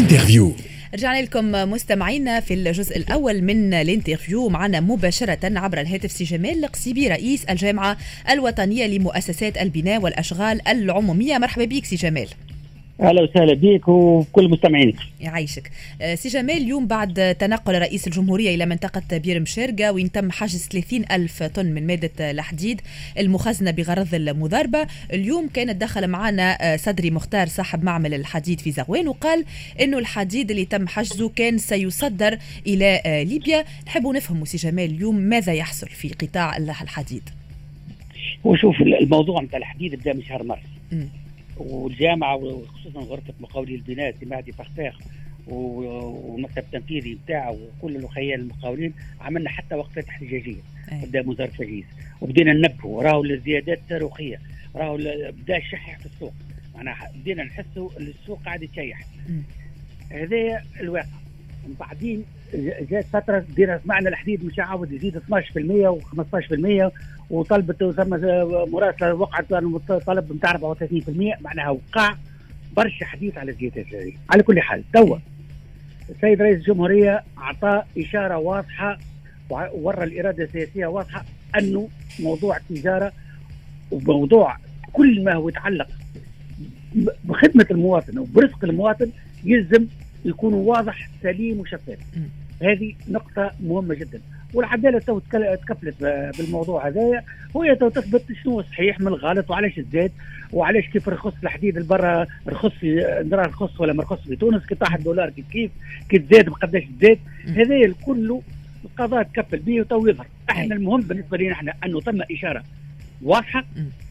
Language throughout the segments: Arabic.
الانترفيو. رجعنا لكم مستمعينا في الجزء الأول من الانترفيو. معنا مباشرة عبر الهاتف سي جمال القصيبي رئيس الجامعة الوطنية لمؤسسات البناء والأشغال العمومية. مرحبا بك سي جمال. اهلا وسهلا بك وكل مستمعينك. يعيشك سي جمال. اليوم بعد تنقل رئيس الجمهورية إلى منطقة بير مشارقة وين تم حجز 30,000 طن من مادة الحديد المخزنة بغرض المضاربة، اليوم كان دخل معنا صدري مختار صاحب معمل الحديد في زغوان وقال إنه الحديد اللي تم حجزه كان سيصدر إلى ليبيا. نحبوا نفهم سي جمال اليوم ماذا يحصل في قطاع الحديد. وشوف الموضوع نتاع الحديد بدا من شهر مارس، والجامعه وخصوصا غرفه مقاولي البناء سماعتي فخفاخ والمكتب التنفيذي بتاعه وكل الخيال المقاولين عملنا حتى وقفات احتجاجيه قدام وزاره التجهيز، وبدينا ننبهوا راهو الزيادات صاروخيه، راهو بدا يشحح في السوق، معناها بدينا نحسوا السوق قاعد يتشيح. هذا الواقع. بعدين جات فتره بدينا سمعنا الحديد مش عاود يزيد 12% و15%، وطلبت ثم مراسله وقعت طلب نتاع 34%، معناها وقع برشا حديث على الزيادات هذه. على كل حال توا السيد رئيس الجمهوريه اعطى اشاره واضحه وورى الاراده السياسيه واضحه انه موضوع التجاره وموضوع كل ما هو يتعلق بخدمه المواطن وبرزق المواطن يلزم يكون واضح سليم وشفاف. هذه نقطة مهمة جدا، والعدالة تو تكفلت بالموضوع هذايا، وهي تو تثبت شنو صحيح من الغلط وعلاش الزاد وعلاش كيف رخص الحديد البرا رخص رخص ولا ما رخص في تونس، كي طاح الدولار كي تزاد بقداش تزاد. هذايا كله القضاء تكفل به وتو يظهر. احنا المهم بالنسبة لنا احنا انه ثم اشارة واضحة،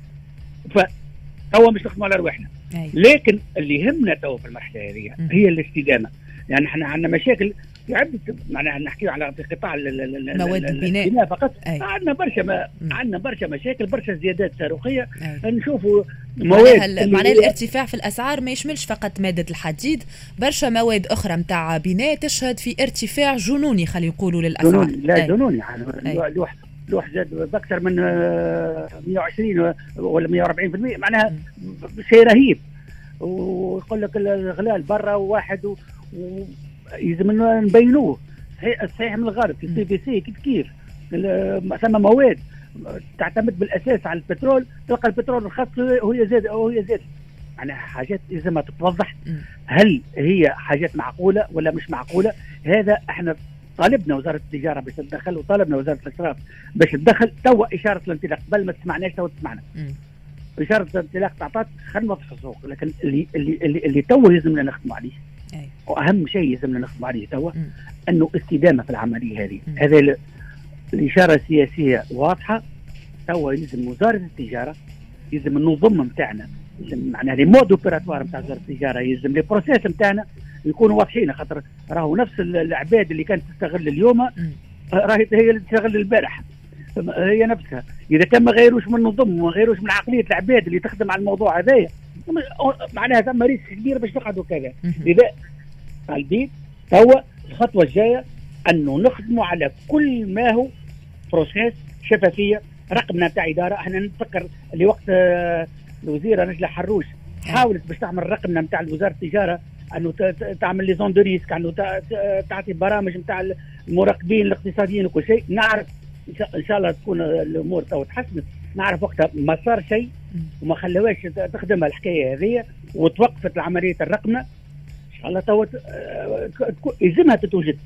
فتوا مش نخدموا على رواحنا. لكن اللي يهمنا تو في المرحلة هذه هي الاستدامة، يعني احنا عندنا مشاكل في عدة، معناها نحكي على في قطاع مواد البناء فقط. عندنا برشا مشاكل، برشا زيادات صاروخيه. نشوفوا مواد معناها الارتفاع في الاسعار ما يشملش فقط ماده الحديد، برشا مواد اخرى نتاع بناء تشهد في ارتفاع جنوني خلينا نقولوا للاسعار. جنوني يعني لوح زاد باكثر من 120 ولا 140%، معناها شيء رهيب. ويقول لك الغلال برا واحد يلزم نبينوه صحيح من الغرب في السي في سي كيف ثم مواد تعتمد بالاساس على البترول، تلقى البترول الخاص هو يزيد يعني حاجات لازم تتوضح. هل هي حاجات معقوله ولا مش معقوله؟ هذا احنا طالبنا وزاره التجاره باش تدخل، وطالبنا وزاره الاسراف باش تدخل. توا اشاره الانطلاق قبل ما تسمعناش تو تسمعنا. اشاره الانطلاق تعطات خدمه في السوق، لكن اللي تو يلزمنا نخدموا عليه واهم شيء يلزمنا نخدموا عليه توا انه استدامه في العمليه هذه. هذا الاشاره السياسيه واضحه. توا يلزم وزاره التجاره، يلزم النظم نتاعنا، يلزم معناها لي مود اوبيراتوار نتاع وزاره التجاره، يلزم لي بروسيس نتاعنا يكونوا واضحين، خاطر راهو نفس العباد اللي كانت تستغل اليوم راهي هي اللي تستغل البارح، هي نفسها. اذا كان ما غيروش من النظم وما غيروش من عقليه العباد اللي تخدم على الموضوع هذايا، معناها ثم ريسك كبير باش نقعدوا كذا. لذا قلبي توا الخطوه الجايه انه نخدموا على كل ما هو بروسيس شفافيه. رقمنا نتاع اداره، احنا نتفكر اللي وقت الوزيره نجلة حروش حاولت باش تعمل رقمنا نتاع وزاره التجاره، انه تعمل لي زون دو ريسك، انه تعطي برامج نتاع المراقبين الاقتصاديين وكل شيء. نعرف ان شاء الله تكون الامور تو تحسنت. نعرف وقتها ما صار شيء وما خلوهاش تخدمها الحكايه هذه وتوقفت العمليه الرقمنه. ان شاء الله تو يلزمها تتوجد.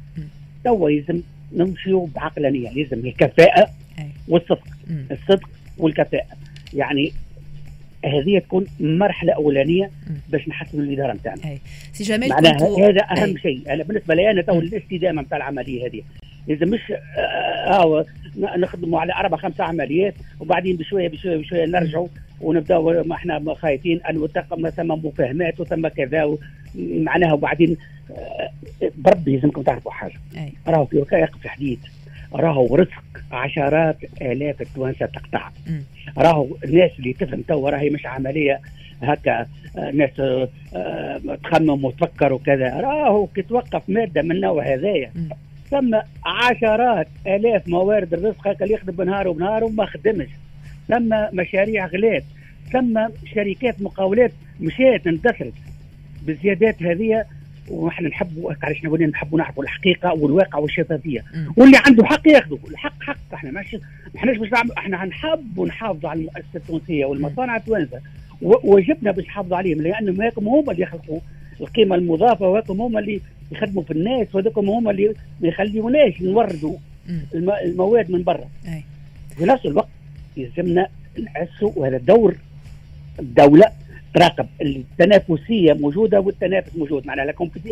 تو يلزم نمشيوا بعقلانيه، يلزم الكفاءه والصدق. الصدق والكفاءه، يعني هذه تكون مرحله اولانيه باش نحسن الاداره نتاعنا. سي جمال هذا اهم شيء. انا بالنسبه لي انا تو الاستدامه نتاع العمليه هذه إذا مش نخدموا على 4-5 عمليات وبعدين بشوية نرجعوا ونبدأ ما احنا خايفين أن ثم مفاهمات وثم كذا معناها. وبعدين بربي لازمكم تعرفوا حاجة، راهو في وكاية في حديد، راهو رزق عشرات آلاف التوانسة تقطع. راهو الناس اللي تفهم تو راهي مش عملية هكا ناس تخمم وتفكر وكذا. راهو كي توقف مادة من النوع هذايا ثم عشرات آلاف موارد الرزق هكا اللي يخدم بنهار وما خدمش. ثم مشاريع غلات، ثم شركات مقاولات مشات اندثرت بالزيادات هذه. ونحن نحبوا علاش نحبوا نعرفوا الحقيقه والواقع والشفافيه، واللي عنده حق ياخذه، الحق حق. احنا ماشي احناش باش احنا نحبوا نحافظوا على المؤسسات التونسيه والمصانع التوانسه، وواجبنا باش نحافظوا عليهم، لانهم هاكم هما اللي يخلقوا القيمه المضافه، وهاكم هما اللي يخدموا في الناس، وهذوكم هما اللي ما يخليوناش نوردوا المواد من برا. في نفس الوقت يلزمنا نحسوا، وهذا دور الدوله، تراقب التنافسيه موجوده والتنافس موجود، معناها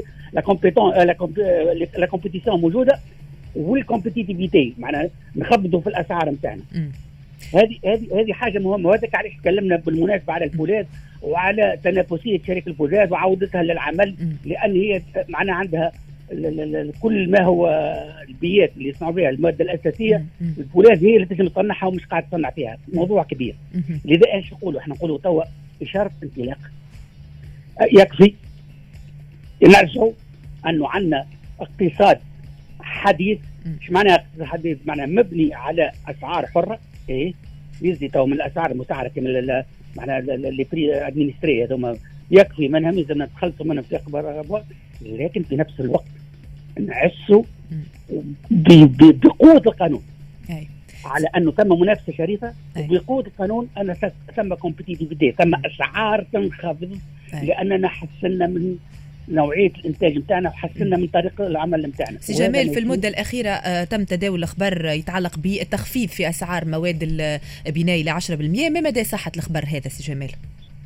لا كومبيتيسيون موجوده والكومبيتيتيفيتي، معناها نخفضوا في الاسعار نتاعنا. هذه حاجه مهمه، وهذاك علاش تكلمنا بالمناسبه على الفولاذ وعلى تنافسيه شركه الفولاذ وعودتها للعمل، لان هي معناها عندها كل ما هو البيات اللي يصنعوا بها الماده الاساسيه، الفولاذ هي اللي تنجم تصنعها ومش قاعد تصنع فيها، موضوع كبير. لذا ايش نقولوا؟ احنا نقولوا توا اشاره انطلاق، يكفي نرجعوا انه عندنا اقتصاد حديث. ايش معنى اقتصاد حديث؟ معناه مبني على اسعار حره، يزيد تو من الاسعار المسعره كما معناها اللي بري ادمينستري هذوما، يكفي منها لازم نتخلصوا منها في اكبر، لكن في نفس الوقت نعسوا بقوه القانون على انه ثم منافسه شريفه، وبقوه القانون ان ثم كومبيتيتيفيتي، ثم اسعار تنخفض، لاننا حسنا من نوعيه الانتاج نتاعنا وحسنا من طريقه العمل نتاعنا. سي جمال، في المده الاخيره تم تداول اخبار يتعلق بالتخفيض في اسعار مواد البناء الى 10%، ما مدى صحه الخبر هذا سي جمال؟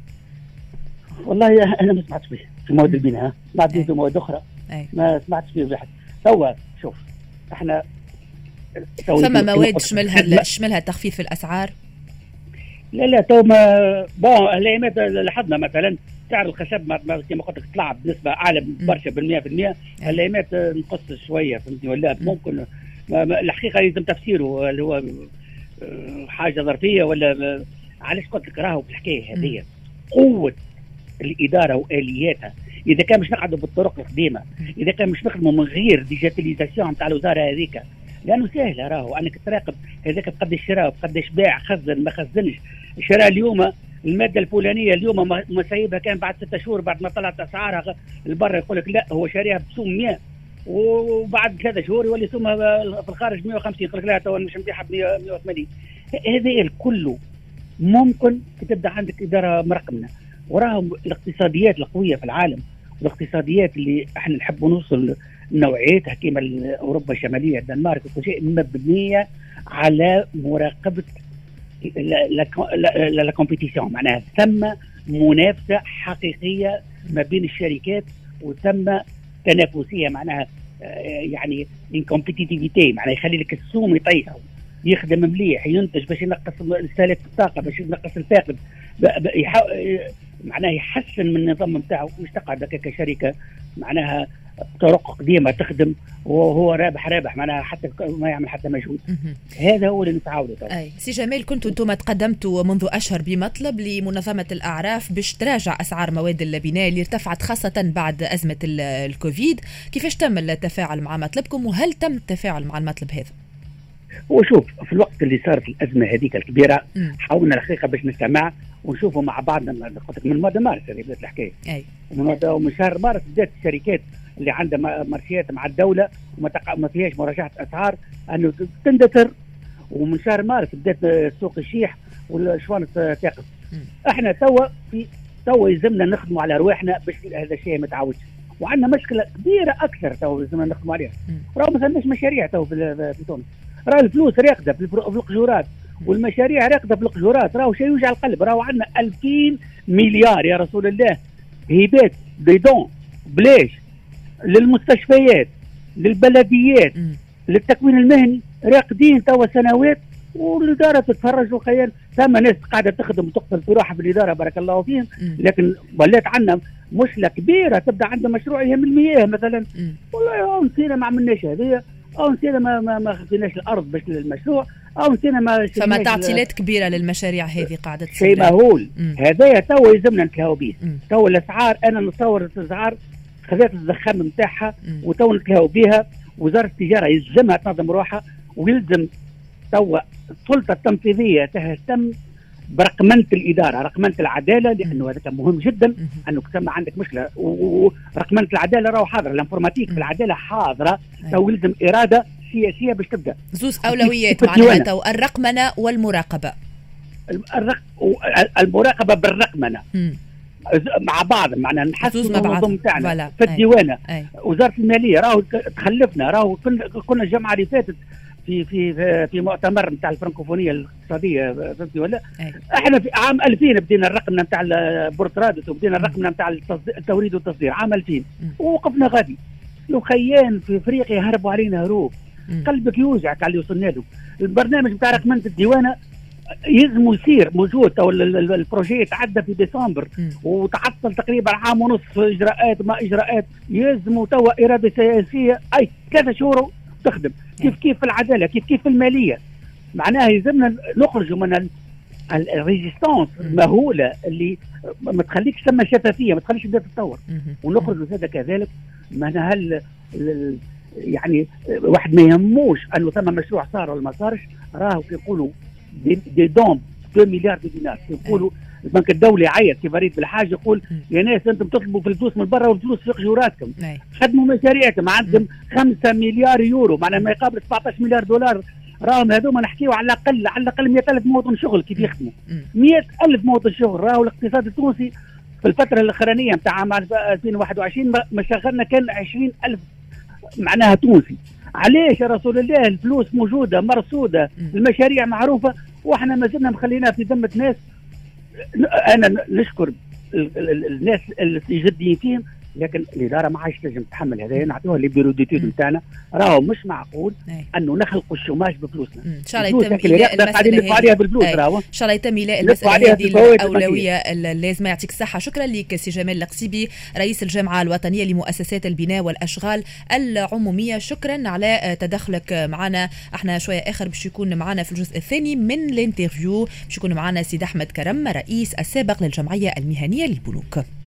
والله انا ما سمعتش به في مواد البناء، سمعت به في مواد اخرى ما سمعتش به بحد. توا شوف احنا ثم مواد شملها تخفيض في الاسعار؟ لا تو ما الايامات لاحظنا مثلا سعر الخشب كما قلت لك طلع بنسبه اعلى برشا بال100%، الايامات نقص شويه، فهمتني ولا ممكن الحقيقه لازم تفسيره اللي هو حاجه ظرفيه ولا علاش قلت لك راهو في الحكايه هذه قوه الاداره والياتها. اذا كان مش نقعدوا بالطرق القديمه، اذا كان مش نخدموا من غير ديجيتاليزاسيون تاع الوزاره هذيك، لانه سهله راهو انك تراقب هذاك بقداش شراء وبقداش باع، خزن ما خزنش، شراء اليوم الماده الفلانيه اليوم ما سايبها كان بعد 6 شهور بعد ما طلعت اسعارها البر، يقول لك لا هو شاريها بسوم 100 وبعد 3 شهور يولي سومها في الخارج 150، يقول لك لا تو مش نبيعها ب 180. هذا الكل ممكن تبدا عندك اداره مرقمنه، وراهم الاقتصاديات القويه في العالم والاقتصاديات اللي احنا نحب نوصل نوعيتها كما اوروبا الشماليه الدنمارك وكل شيء مبنيه على مراقبه لا كومبيتيسيون، معناها ثم منافسه حقيقيه ما بين الشركات وثم تنافسيه، معناها يعني ان كومبيتيتيفيتي، معناها يخلي لك السوم يطيح، يخدم مليح، ينتج باش ينقص استهلاك الطاقه، باش ينقص الفاقد، معناها يحسن من النظام نتاعو، مش تقعد كشركه معناها طرق قديمه تخدم وهو رابح معناها حتى ما يعمل حتى مجهود. هذا هو اللي نتعاودوا. سي جمال، كنتوا انتم تقدمتوا منذ اشهر بمطلب لمنظمه الاعراف باش تراجع اسعار مواد البناء اللي ارتفعت خاصه بعد ازمه الكوفيد، كيفاش تم التفاعل مع مطلبكم وهل تم التفاعل مع المطلب هذا؟ وشوف في الوقت اللي صار في الازمه هذيك الكبيره حاولنا الحقيقه باش نجتمع ونشوفوا مع بعضنا من ماضي مارس هذه بدات الحكايه، ومن شهر مارس بدات الشركات اللي عندها مارشيات مع الدوله وما فيهاش مراجعه اسعار انه تندثر، ومن شهر مارس بدات سوق الشيح والشوان تقف. احنا توا يلزمنا نخدموا على رواحنا باش هذا الشيء ما يتعاودش، وعندنا مشكله كبيره اكثر توا لازمنا نخدموا عليها. راهو ما ثماش مشاريع توا في تونس، راه الفلوس راقده في القجورات والمشاريع راقده في القجورات، راهو شيء يوجع القلب. راهو عندنا 2000 مليار يا رسول الله هبات بيدون بلاش للمستشفيات للبلديات للتكوين المهني راقدين توا سنوات، والاداره تتفرج وخيال. ثم ناس قاعده تخدم وتقتل في روحها في الاداره بارك الله فيهم، لكن ولات عندنا مشكله كبيره. تبدا عندنا مشروع يهم المياه مثلا، والله نسينا ما عملناش هذه، او نسينا ما خذيناش الارض باش للمشروع، او نسينا ما فما تعطيلات كبيره للمشاريع هذه قاعده تصير. شيء مهول هذايا توا يلزمنا نتلاهوا به. توا الاسعار انا نتصور الاسعار خذات الزخم نتاعها وتو نتلاهوا بها. وزاره التجاره يلزمها تنظم روحها، ويلزم توا السلطه التنفيذيه تهتم برقمنه الاداره، رقمنه العداله، لانه هذا مهم جدا انه كما عندك مشكله ورقمنه العداله راهو حاضره، الانفورماتيك في العداله حاضره، تو يلزم اراده سياسيه باش تبدا. زوز اولويات معناتها الرقمنه والمراقبه. المراقبه بالرقمنه مع بعض، معناها نحسن المنظومه نتاعنا في الديوانه. وزاره الماليه راهو تخلفنا، راهو كنا الجمعه اللي فاتت في مؤتمر نتاع الفرنكوفونيه الاقتصاديه، فهمتي ولا؟ احنا في عام 2000 بدينا الرقم نتاع البورترادس وبدينا الرقم نتاع التوريد والتصدير عام 2000 ووقفنا غادي. لو خيان في افريقيا هربوا علينا هروب، قلبك يوجعك على اللي وصلنا له. البرنامج نتاع رقمنه الديوانه يلزم يصير موجود، او البروجي تعدى في ديسمبر وتعطل تقريبا عام ونص اجراءات ما اجراءات، يلزم توا اراده سياسيه اي 3 شهور تخدم. كيف في العداله، كيف في الماليه، معناها يلزمنا نخرجوا من الريزيستانس المهوله اللي ما تخليكش ثم شفافيه، ما تخليش تبدا تتطور، ونخرجوا زاد كذلك. معناها يعني واحد ما يهموش انه ثم مشروع صار ولا ما صارش، راهو كيقولوا دي دوم 2 مليار دينار، يقولوا البنك الدولي يعيط كيف ريت بالحاجه، يقول يا ناس انتم تطلبوا في الفلوس من برا والفلوس في جوراتكم، خدموا مشاريعكم، عندكم 5 مليار يورو، معناها ما يقابل 17 مليار دولار. راهم هذوما نحكيو على الاقل 100,000 مواطن شغل كيف يخدموا 100,000 مواطن شغل. راهو الاقتصاد التونسي في الفتره الاخرانيه نتاع عام 2021 ما شغلنا كان 20,000 معناها تونسي. علاش يا رسول الله؟ الفلوس موجوده مرصوده، المشاريع معروفه، واحنا ما زلنا مخليناها في ذمه ناس. انا نشكر الناس اللي جديين فيهم، لكن الاداره ما عادش تنجم تتحمل هذا. نعطيوها لي بيرو ديتود نتاعنا، راهو مش معقول انه نخلقوا الشوماج بفلوسنا. ان شاء الله يتم إيلاء المسألة هذه بالفلوس، راهو ان شاء الله يتم إيلاء المسألة هذه الأولوية اللازمة. يعطيك الصحة. شكرا لك سي جمال القصيبي، رئيس الجامعة الوطنية لمؤسسات البناء والأشغال العمومية. شكرا على تدخلك معنا. احنا شوية آخر باش يكون معنا في الجزء الثاني من الانترفيو باش يكون معنا سيد أحمد كرم، رئيس السابق للجمعية المهنية للبنوك.